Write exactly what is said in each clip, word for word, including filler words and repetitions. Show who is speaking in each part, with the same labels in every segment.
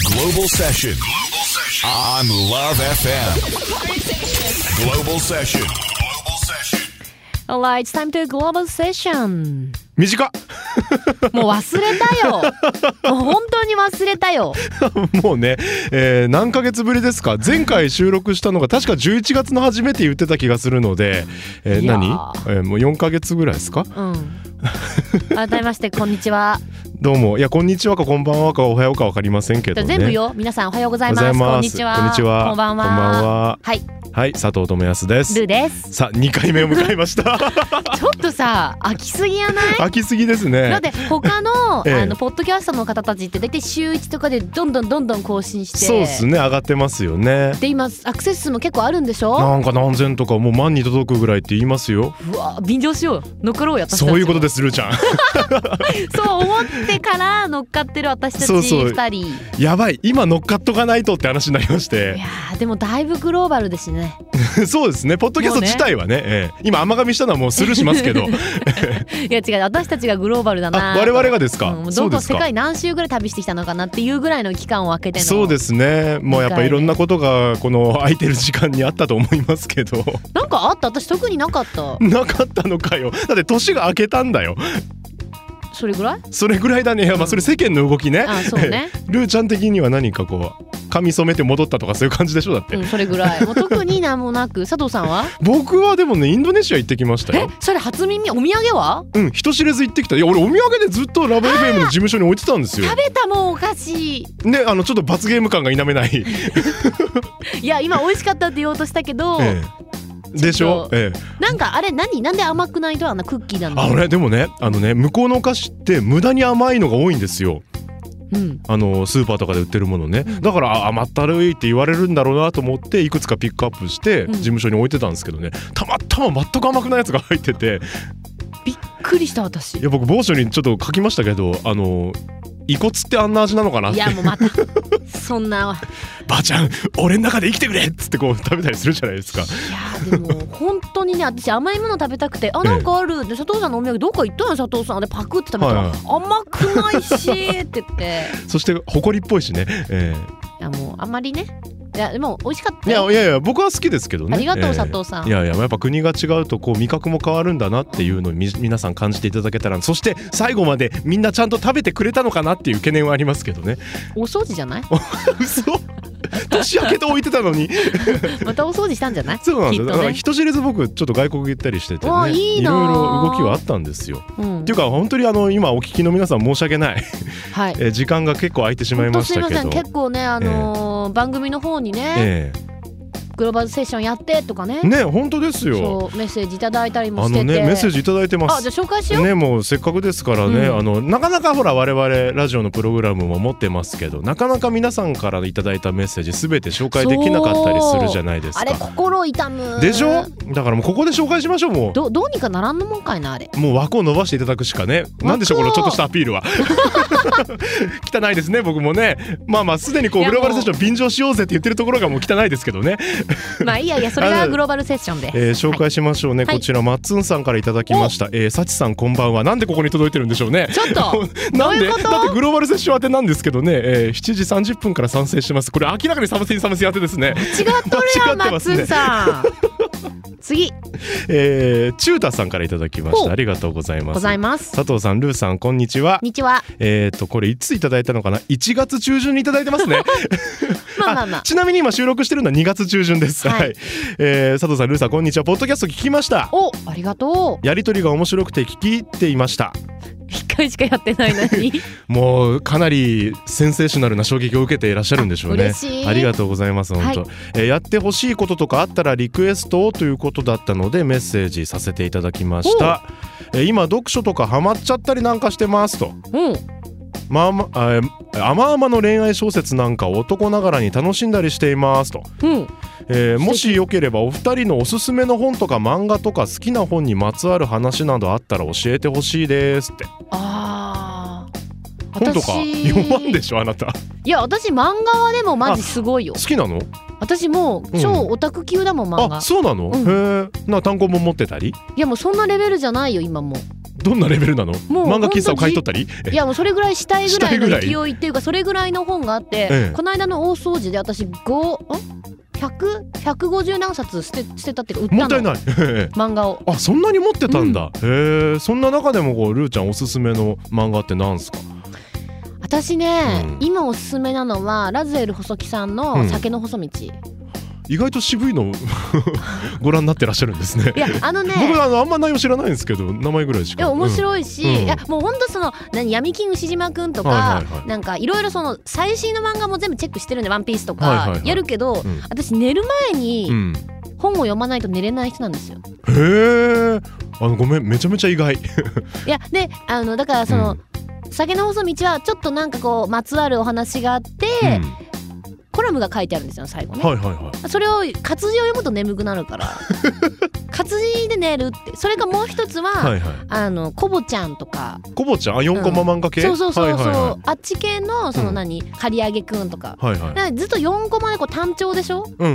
Speaker 1: Global Session on Love エフエム. Global Session.
Speaker 2: Alright, it's time to Global Session.
Speaker 3: 短っ
Speaker 2: もう忘れたよ。もう本当に忘れたよ。
Speaker 3: もうね、えー、何ヶ月ぶりですか。前回収録したのが確かじゅういちがつの初めて言ってた気がするので、えー、何、えー、もうよんかげつぐらいですか。
Speaker 2: うん改めましてこんにちは。
Speaker 3: どうも。いや、こんにちはかこんばんはかおはようか分かりませんけどね。
Speaker 2: 全部よ。皆さんおはようございます。こんにちは。
Speaker 3: こんにちは。
Speaker 2: こんばんは。
Speaker 3: こんばんは。
Speaker 2: はい
Speaker 3: はい、佐藤智康です。
Speaker 2: ルーです。
Speaker 3: さあにかいめを迎えました
Speaker 2: ちょっとさ飽きすぎやない？
Speaker 3: 飽きすぎですね。
Speaker 2: だって他の、
Speaker 3: ええ、
Speaker 2: あのポッドキャストの方たちって大体週いちとかでどんどんどんどん更新して、
Speaker 3: そうですね、上がってますよね。
Speaker 2: で今アクセス数も結構あるんでしょ。
Speaker 3: なんか何千とかもう万に届くぐらいって言いますよ。
Speaker 2: うわ便乗しよう、乗っかろうや。
Speaker 3: そういうことですルーちゃん
Speaker 2: そう思ってから乗っかってる私たち
Speaker 3: そうそう
Speaker 2: ふたり。
Speaker 3: やばい、今乗っかっとかないとって話になりまして。
Speaker 2: いやーでもだいぶグローバルですね
Speaker 3: そうですね、ポッドキャスト自体は ね, ね、ええ、今甘噛みしたのはもうスルーしますけどい
Speaker 2: や違う、私たちがグローバルだな。
Speaker 3: あ、我々がですか。
Speaker 2: うん、
Speaker 3: そうですか。
Speaker 2: どこ世界何周ぐらい旅してきたのかなっていうぐらいの期間を空けての。
Speaker 3: そうですね、もうやっぱいろんなことがこの空いてる時間にあったと思いますけど
Speaker 2: なんかあった？私特になかった
Speaker 3: なかったのかよ。だって年が明けたんだよ。
Speaker 2: それぐらい？
Speaker 3: それぐらいだね。いや、まあそれ世間の動きね。
Speaker 2: あ、そうね
Speaker 3: ルーちゃん的には何かこう髪染めて戻ったとかそういう感じでしょ。だって、
Speaker 2: うん、それぐらい。もう特になんもなく。佐藤さんは？
Speaker 3: 僕はでもね、インドネシア行ってきましたよ。
Speaker 2: え、それ初耳。お土産は？
Speaker 3: うん、人知れず行ってきた。いや、俺お土産でずっとラブ エフエム の事務所に置いてたんですよ。
Speaker 2: 食べたもんお菓子
Speaker 3: ね、あのちょっと罰ゲーム感が否めない
Speaker 2: いや今美味しかったって言おうとしたけど、
Speaker 3: ええでしょ、ええ、
Speaker 2: なんかあれ何なんで甘くないとあんなクッキーなんだ。
Speaker 3: あのね、でもね、あのね、向こうのお菓子って無駄に甘いのが多いんですよ。
Speaker 2: うん、
Speaker 3: あのスーパーとかで売ってるものね、うん、だから甘ったるいって言われるんだろうなと思っていくつかピックアップして事務所に置いてたんですけどね、たまたま全く甘くないやつが入ってて
Speaker 2: びっくりした私。
Speaker 3: いや、僕某所にちょっと書きましたけど、あの遺骨ってあんな味なのかなって。
Speaker 2: いやもうまたそんな
Speaker 3: ばあちゃん俺の中で生きてくれっつってこう食べたりするじゃないですか。
Speaker 2: いやでも本当にね、私甘いもの食べたくて、あなんかあるで、佐藤さんのお土産どっか行ったの佐藤さん。あれパクって食べたら、はいはい、甘くないしって言って
Speaker 3: そして誇りっぽいしね、え
Speaker 2: ー、いやもうあんまりね。いやでも美味しかった。
Speaker 3: いやいやいや、僕は好きですけどね。
Speaker 2: ありがとう、えー、佐藤さん。
Speaker 3: いやいや、やっぱ国が違うとこう味覚も変わるんだなっていうのをみ皆さん感じていただけたら。そして最後までみんなちゃんと食べてくれたのかなっていう懸念はありますけどね。
Speaker 2: お掃除じゃない？
Speaker 3: 嘘年明けて置いてたのに
Speaker 2: またお掃除したんじゃない？
Speaker 3: そうなんですよ、
Speaker 2: ね、
Speaker 3: だから人知れず僕ちょっと外国行ったりしててね、
Speaker 2: いいな、
Speaker 3: いろいろ動きはあったんですよ、うん、っていうか本当にあの今お聞きの皆さん申し訳ない、はい、え時間が結構空いてしまいましたけど。
Speaker 2: すいません、結構ね、あのーえー、番組の方にね、えーグローバルセッションやってとかね。
Speaker 3: ね、本当ですよ。
Speaker 2: そうメッセージいただいたりもしてて。
Speaker 3: あのね、メッセージいただいてます。
Speaker 2: あ、じゃあ紹介しよう。
Speaker 3: ね、もうせっかくですからね、
Speaker 2: うん、
Speaker 3: あのなかなかほら我々ラジオのプログラムも持ってますけど、なかなか皆さんからいただいたメッセージすべて紹介できなかったりするじゃないですか。
Speaker 2: あれ心痛む
Speaker 3: でしょ。だからもうここで紹介しましょう。もう
Speaker 2: ど, どうにかならんのもんかいな。あれ
Speaker 3: もう枠を伸ばしていただくしかね。なんでしょうこのちょっとしたアピールは汚いですね。僕もね、まあまあすでにこうグローバルセッション便乗しようぜって言ってるところがもう汚いですけどね
Speaker 2: まあいいやいや、それがグローバルセッションで、
Speaker 3: えー、紹介しましょうね、はい、こちらマッツンさんからいただきました。えー、サチさんこんばんは。なんでここに届いてるんでしょうね。
Speaker 2: ちょっと
Speaker 3: なんで
Speaker 2: どういうこと？
Speaker 3: だってグローバルセッション宛てなんですけどね、えー、しちじさんじゅっぷんから参戦してます。これ明らかにサムセインサムセイン宛てですね。
Speaker 2: 違っとるやんマッツンさん次、
Speaker 3: えー、チュータさんからいただきました。ありがとうございます。
Speaker 2: ございます。
Speaker 3: 佐藤さん、ルーさん、こんにちは。
Speaker 2: こんにちは。
Speaker 3: えーとこれいついただいたのかな。いちがつ中旬にいただいてますね
Speaker 2: まあまあまあ、
Speaker 3: ちなみに今収録してるのはにがつ中旬です、はいはい。えー、佐藤さん、ルーさん、こんにちは。ポッドキャスト聞きました。
Speaker 2: お、ありがとう。
Speaker 3: やりとりが面白くて聞き入っていました。
Speaker 2: 一回しかやってないのに
Speaker 3: もうかなりセンセーショナルな衝撃を受けていらっしゃるんでしょうね。
Speaker 2: 嬉しい。
Speaker 3: ありがとうございます本当、はい。えー、やってほしいこととかあったらリクエストをということだったのでメッセージさせていただきました。えー、今読書とかハマっちゃったりなんかしてますと。うん、まあまあ、甘々の恋愛小説なんかを男ながらに楽しんだりしていますと。うん、えー、もしよければお二人のおすすめの本とか漫画とか好きな本にまつわる話などあったら教えてほしいですって。
Speaker 2: あー、
Speaker 3: 本とか読まんでしょあなた。
Speaker 2: いや私漫画はでもマジすごいよ。
Speaker 3: 好きなの？
Speaker 2: 私もう超オタク級だもん、うん、漫画。
Speaker 3: あ、そうなの？うん、へえ。な単行本持ってたり？
Speaker 2: いやもうそんなレベルじゃないよ今も。
Speaker 3: どんなレベルなの？
Speaker 2: もう
Speaker 3: 漫画喫茶を買い取ったり？
Speaker 2: いやもうそれぐらいしたいぐらいの勢いっていうか、それぐらいの本があって、ええ、この間の大掃除で私ごひゃく、ひゃくごじゅう何冊捨て、捨てたっていうか売ったの。もったいない漫画を。
Speaker 3: あ、そんなに持ってたんだ、うん、へえ。そんな中でもこうルーちゃんおすすめの漫画って何すか？
Speaker 2: 私ね、うん、今おすすめなのはラズエル細木さんの酒の細道、うん、
Speaker 3: 意外と渋いのご覧になってらっしゃるんですね。
Speaker 2: いやあのね
Speaker 3: 僕あのあんま内容知らないんですけど名前ぐらいしか。
Speaker 2: いや面白いし、うん、いやもうほんとその何闇金牛島くんとか、はいはいはい、なんかいろいろその最新の漫画も全部チェックしてるんでワンピースとかやるけど、はいはいはい、私寝る前に本を読まないと寝れない人なんですよ。
Speaker 3: へー、あのごめんめちゃめちゃ意外。い
Speaker 2: やであのだからその、うん、酒の細道はちょっとなんかこうまつわるお話があって、うん、コラムが書いてあるんですよ最後ね、はいはいはい、それを活字を読むと眠くなるから活字で寝るって。それかもう一つは、はいはい、あのコボちゃんとか。コ
Speaker 3: ボちゃん、あよんコマ漫画系、
Speaker 2: うん、そうそうそうそう、はいはいはい、あっち系のその何、うん、刈り上げくんとか、はいはい、だからずっとよんコマでこう単調でしょ、うんうん、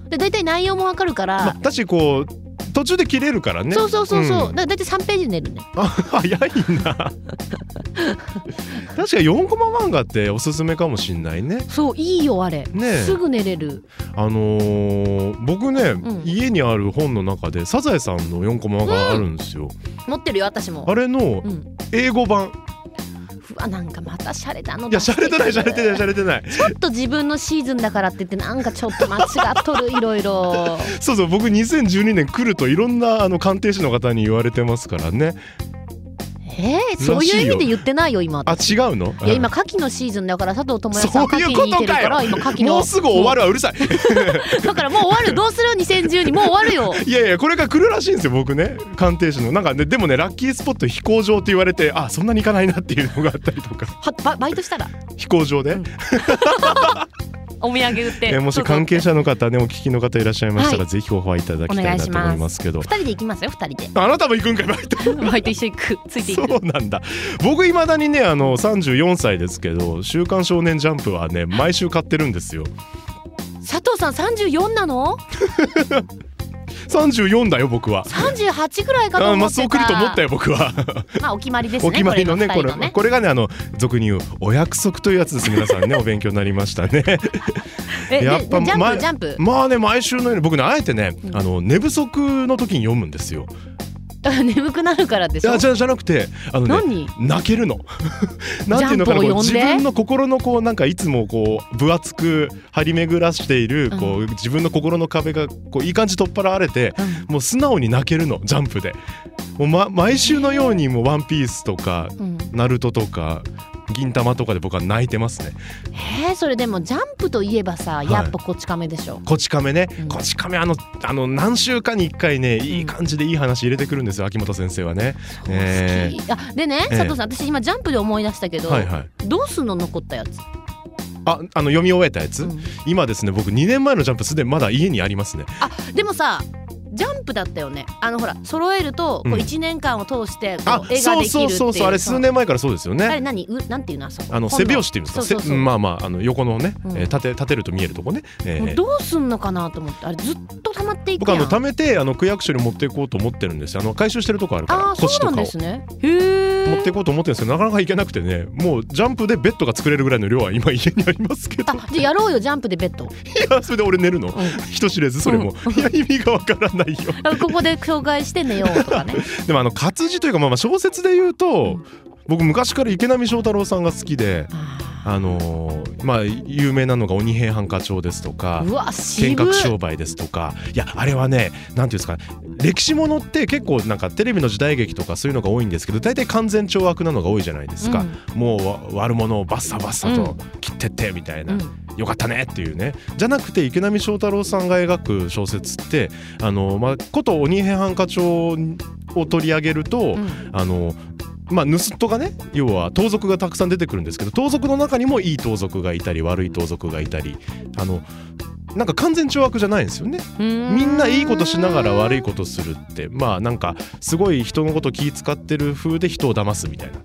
Speaker 2: で大体内容もわかるから、
Speaker 3: まあ、私こう途中で切れるからね。
Speaker 2: そうそうそうそう、うん、だから大体さんページで寝るね。
Speaker 3: あ、早いんだ。確かによんコマ漫画っておすすめかもしんないね。
Speaker 2: そういいよあれ、ね、すぐ寝れる。
Speaker 3: あのー、僕ね、うん、家にある本の中でサザエさんのよんコマがあるんですよ、
Speaker 2: うん、持ってるよ私も。
Speaker 3: あれの英語版、
Speaker 2: うわなんかまたシャレたの。
Speaker 3: いやシャレてないシャレてないシャレてない。
Speaker 2: ちょっと自分のシーズンだからって言ってなんかちょっと間違っとるいろいろ。
Speaker 3: そうそう僕にせんじゅうにねん来るといろんなあの鑑定士の方に言われてますからね。
Speaker 2: えー、そういう意味で言ってないよ今。
Speaker 3: あ違うの？
Speaker 2: いや今牡蠣のシーズンだから佐藤智也さん牡蠣に似てるから今牡蠣の。
Speaker 3: もうすぐ終わるわうるさい。
Speaker 2: だからもう終わるどうするにせんじゅうにもう終わるよ。
Speaker 3: いやいやこれが来るらしいんですよ僕ね鑑定士のなんか、ね、でもねラッキースポット飛行場って言われてあそんなに行かないなっていうのがあったりとか。
Speaker 2: は バ, バイトしたら
Speaker 3: 飛行場で、うん
Speaker 2: お土産売って、
Speaker 3: えー、もし関係者の方ねお聞きの方いらっしゃいましたら、はい、ぜひオファーいただきたいなと思いますけど。
Speaker 2: ふたりで行きますよふたりで。
Speaker 3: あなたも行くんかいバイト。
Speaker 2: バイト一緒に行くついていく。
Speaker 3: そうなんだ。僕いまだにねあのさんじゅうよんさいですけど週刊少年ジャンプはね毎週買ってるんですよ。
Speaker 2: 佐藤さんさんじゅうよんなの？
Speaker 3: さんじゅうよんだよ僕は。
Speaker 2: さんじゅうはちぐらいかと思ってた。
Speaker 3: まあそう来ると思ったよ僕は。
Speaker 2: まあお決まりですね。
Speaker 3: お決まりのねこれ
Speaker 2: ね
Speaker 3: これがねあの俗に言うお約束というやつです皆さんねお勉強になりましたね。
Speaker 2: えやっぱジャンプ、ま、ジャンプ
Speaker 3: まあね毎週のように僕ねあえてね、うん、あの寝不足の時に読むんですよ。
Speaker 2: 眠くなるからでしょ。
Speaker 3: いやじゃじゃなくてあの、ね、泣けるの。なんていうのかなこう自分の心のこうなんかいつもこう分厚く張り巡らしているこう、うん、自分の心の壁がこういい感じ取っ払われて、うん、もう素直に泣けるのジャンプで。もう、ま、毎週のようにもうワンピースとか、うん、ナルトとか銀玉とかで僕は泣いてますね。
Speaker 2: へえそれでもジャンプといえばさ、はい、やっぱこち亀でしょ。
Speaker 3: こち亀ね、うん、こち亀あのあの何週かにいっかいねいい感じでいい話入れてくるんですよ秋元先生はね。
Speaker 2: そう、えー、あでね佐藤さん、えー、私今ジャンプで思い出したけど、はいはい、どうすんの残ったやつ。
Speaker 3: ああの読み終えたやつ、うん、今ですね僕にねんまえのジャンプすでにまだ家にありますね。
Speaker 2: あでもさジャンプだったよね。あのほら揃えるとこういちねんかんを通してこう絵ができるっていう、
Speaker 3: そうそうそうそうあれ数年前からそうですよね。
Speaker 2: あれ何うなんていうのあそこ
Speaker 3: あの背拍子っていうんですか。そうそうそうまあまああの横のね、うん、えー、立て立てると見えるとこね、えー、
Speaker 2: どうすんのかなと思ってあれずっと溜まっていくやん。
Speaker 3: 僕あの溜めてあの区役所に持っていこうと思ってるんですよ。あの回収してるとこあるから
Speaker 2: あそうなんですね。へ
Speaker 3: 持っていこうと思ってるんですけどなかなかいけなくてねもうジャンプでベッドが作れるぐらいの量は今家にありますけど。
Speaker 2: あじゃあやろうよジャンプでベッド。い
Speaker 3: やそれで俺寝るの、うん、人知れずそれも、うん、いや意味がわからないよ。
Speaker 2: ここで紹介して寝ようとかね。
Speaker 3: でもあの活字というかまあまあ小説で言うと、うん、僕昔から池波正太郎さんが好きであのー、まあ有名なのが鬼平犯科帳ですとか剣客商売ですとかいやあれはねなんていうんですか歴史ものって結構なんかテレビの時代劇とかそういうのが多いんですけど大体完全懲悪なのが多いじゃないですか、うん、もう悪者をバッサバッサと切ってってみたいな、うん、よかったねっていうねじゃなくて池波正太郎さんが描く小説ってあの、まあ、こと鬼平犯科帳を取り上げると、うん、あのまあ、盗人がね要は盗賊がたくさん出てくるんですけど盗賊の中にもいい盗賊がいたり悪い盗賊がいたりあのなんか完全懲悪じゃないんですよね。みんないいことしながら悪いことするってまあなんかすごい人のこと気使ってる風で人を騙すみたいな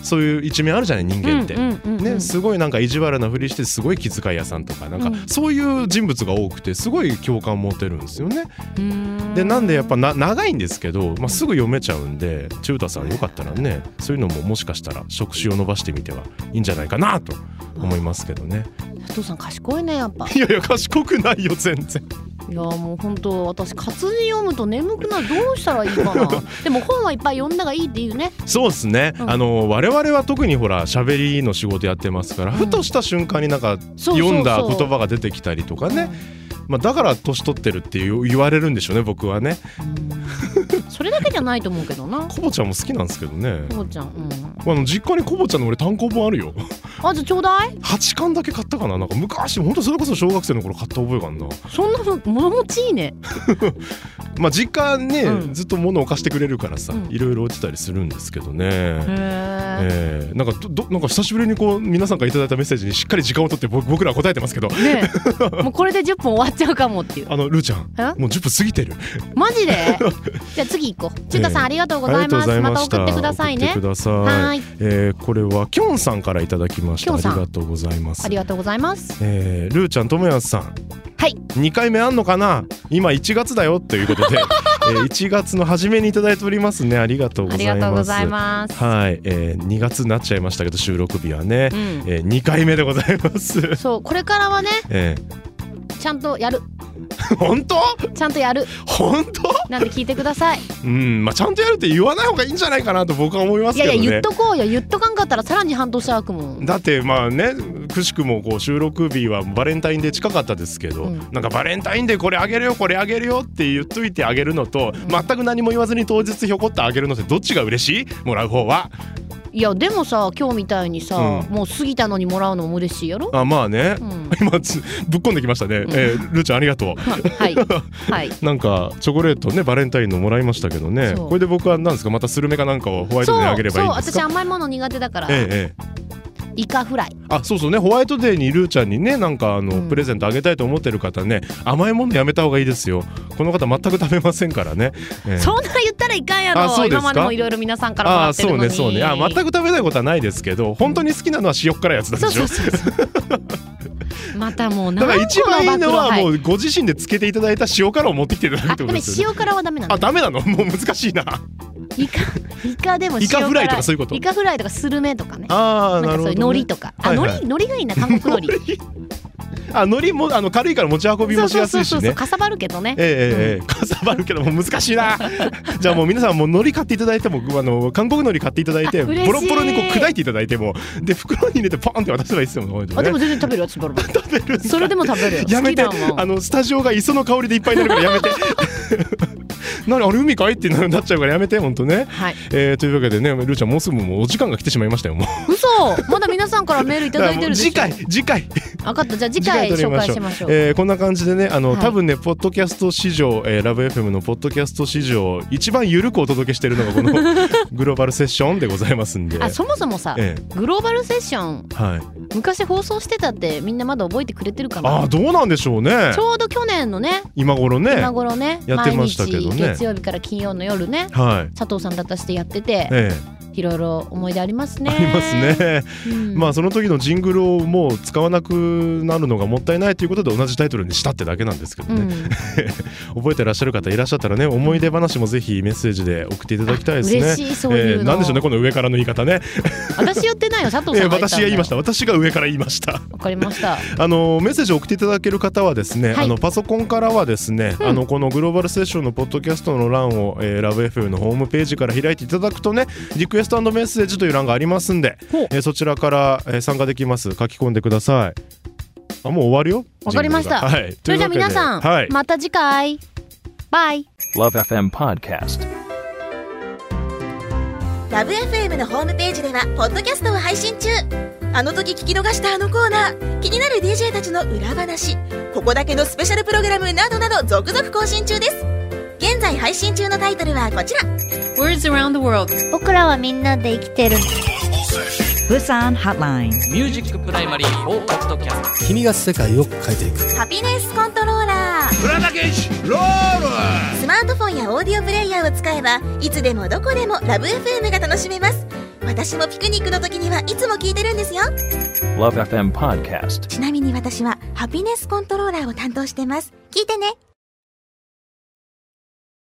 Speaker 3: そういう一面あるじゃない人間って、
Speaker 2: うんうんうんうん、
Speaker 3: ね、すごいなんか意地悪なふりしてすごい気遣い屋さんとかなんかそういう人物が多くてすごい共感持てるんですよね。でなんでやっぱな長いんですけど、まあ、すぐ読めちゃうんで中太さんよかったらねそういうのももしかしたら触手を伸ばしてみてはいいんじゃないかなと思いますけどね。
Speaker 2: 佐藤さん賢いねやっぱ。
Speaker 3: いやいや賢くないよ全然。
Speaker 2: いやもう本当私活字読むと眠くなる。どうしたらいいかなでも本はいっぱい読んだがいいっていうね。そうですね、うん、あの我々は特にほら喋りの仕事やってますから、うん、ふとした瞬間になんか読んだ言葉が出てきたりとかね、そうそうそう、まあ、だから年取ってるって言われるんでしょうね僕はね。それだけじゃないと思うけどな。コボちゃんも好きなんですけどね。コボちゃん、うん、あの実家にコボちゃんの俺単行本あるよ。あ、じゃあちょうだい。はちかんだけ買ったかな。なんか昔本当それこそ小学生の頃買った覚えがあるな。そんなの物持ちいいね。まあ実家ね、うん、ずっと物を貸してくれるからさ、うん、いろいろ落ちたりするんですけどね。へえー、なんかどなんか久しぶりにこう皆さんからいただいたメッセージにしっかり時間を取って僕らは答えてますけど。ねもうこれでじゅっぷん終わっちゃうかもっていう。あのルーちゃんもうじゅっぷん過ぎてる。マジで？じゃあ次行こう。ちゅうたさん、えー、ありがとうございます。また送ってくださいね。送ってください。はい、えー、これはきょんさんからいただきました。ありがとうございます。ありがとうございます。えー、ルーちゃん、ともやすさん。はい。にかいめあんのかな。今いちがつだよということで、えー、いちがつの初めにいただいておりますね。ありがとうございます。ありがとうございます。はい、えー、にがつになっちゃいましたけど収録日はね、うん、えー、にかいめでございます。そう、これからはね、えー、ちゃんとやる。本当？ちゃんとやる。本当？なんで聞いてください。うん、まあちゃんとやるって言わない方がいいんじゃないかなと僕は思いますけどね。いやいや言っとこうよ。言っとかんかったらさらに半年空くもん。だってまあね、くしくもこう収録日はバレンタインデー近かったですけど、うん、なんかバレンタインデーこれあげるよこれあげるよって言っといてあげるのと、うん、全く何も言わずに当日ひょこっとあげるのってどっちが嬉しい？もらう方は。いやでもさ今日みたいにさ、うん、もう過ぎたのにもらうのも嬉しいやろ。あ、まあね、うん、今ぶっこんできましたね、うん、えー、ルーちゃんありがとう。はい、はい、なんかチョコレートねバレンタインのもらいましたけどね。これで僕は何ですか、またスルメかなんかをホワイトデーにあげればいいんですか。そうそう、私甘いもの苦手だから、ええええ、イカフライ。あ、そうそうね、ホワイトデーにルーちゃんにねなんかあの、うん、プレゼントあげたいと思ってる方ね、甘いものやめた方がいいですよ。この方全く食べませんからね、えー、そんな言ったらいかんやろ。今までもいろいろ皆さんからもらってるのに。あ、そうねそうね。あ、全く食べないことはないですけど、本当に好きなのは塩辛いやつなんでしょ。そうそうそうそうまたもうだから一番いいのはもうご自身でつけていただいた塩辛を持ってきていただくってことですよね。塩辛はダメなの。あ、ダメなの。もう難しいな。イカ、イカでも塩辛い。イカフライとかそういうこと。イカフライとかスルメとかね。ああ、なるほど、ね。なんかそういう海苔とか。あ、はいはい、海苔、海苔がいいな、韓国海苔。あ、海苔もあの軽いから持ち運びもしやすいしね。そうそうそうそう、かさばるけどね。ええええ、うん、かさばるけども難しいな。じゃあもう皆さんもう海苔買っていただいても、あの韓国海苔買っていただいてボロボロにこう砕いていただいても、で袋に入れてポンって渡せばいいですよ、ね。あ、でも全然食べるよ、私ボロボロ。食べる。それでも食べるよ。やめて。あのスタジオが磯の香りでいっぱいになるからやめて。なにあれ海かいってなっちゃうからやめて本当ね。はい。えー、というわけでね、ルーちゃんもうすぐもうお時間が来てしまいましたよ。もう。嘘。まだ皆さんからメールいただいてるでしょ。次回次回。分かった。じゃあ次回紹介しましょう。えー、こんな感じでね、あの、はい、多分ねポッドキャスト史上、えー、ラブ エフエム のポッドキャスト史上一番緩くお届けしているのがこのグローバルセッションでございますんで。あ、そもそもさ、えー、グローバルセッション、はい、昔放送してたってみんなまだ覚えてくれてるかな。あ、どうなんでしょうね。ちょうど去年のね今頃ね今頃ねやってましたけどね。毎日月曜日から金曜の夜ね、はい、佐藤さんだったしてやってて、ええ、いろいろ思い出ありますね。ありますね、うん、まあその時のジングルをもう使わなくなるのがもったいないということで同じタイトルにしたってだけなんですけどね、うん、覚えてらっしゃる方いらっしゃったらね、思い出話もぜひメッセージで送っていただきたいですね。嬉しい。そういうの、えー、なんでしょうねこの上からの言い方ね。私言ってないよ、佐藤さんが言ったんだよ。えー、私が言いました。私が上から言いました。わかりました。あのメッセージを送っていただける方はですね、はい、あのパソコンからはですね、うん、あのこのグローバルセッションのポッドキャストの欄を、えー、ラブ エフエム のホームページから開いていただくとね、リクエスト&メッセージという欄がありますんで、えー、そちらから、えー、参加できます。書き込んでください。あ、もう終わるよ。わかりました、はい、それじゃあ皆さん、はい、また次回バイ。 ラブ エフエム Podcast。 ラブ エフエム のホームページではポッドキャストを配信中。あの時聞き逃したあのコーナー、気になる ディージェー たちの裏話、ここだけのスペシャルプログラムなどなど続々更新中です。現在配信中のタイトルはこちら。 Words Around the World。 僕らはみんなで生きてる。ブサンハッライン。ミュージックプライマリーフォーポッドキャスト。君が世界を変えていく。ハピネスコントローラー。プラダケシロール。スマートフォンやオーディオプレイヤーを使えばいつでもどこでもラブ エフエム が楽しめます。
Speaker 4: 私もピクニックの時にはいつも聞いてるんですよ。
Speaker 5: Love エフエム Podcast。
Speaker 4: ちなみに私はハピネスコントローラーを担当してます。聞いてね。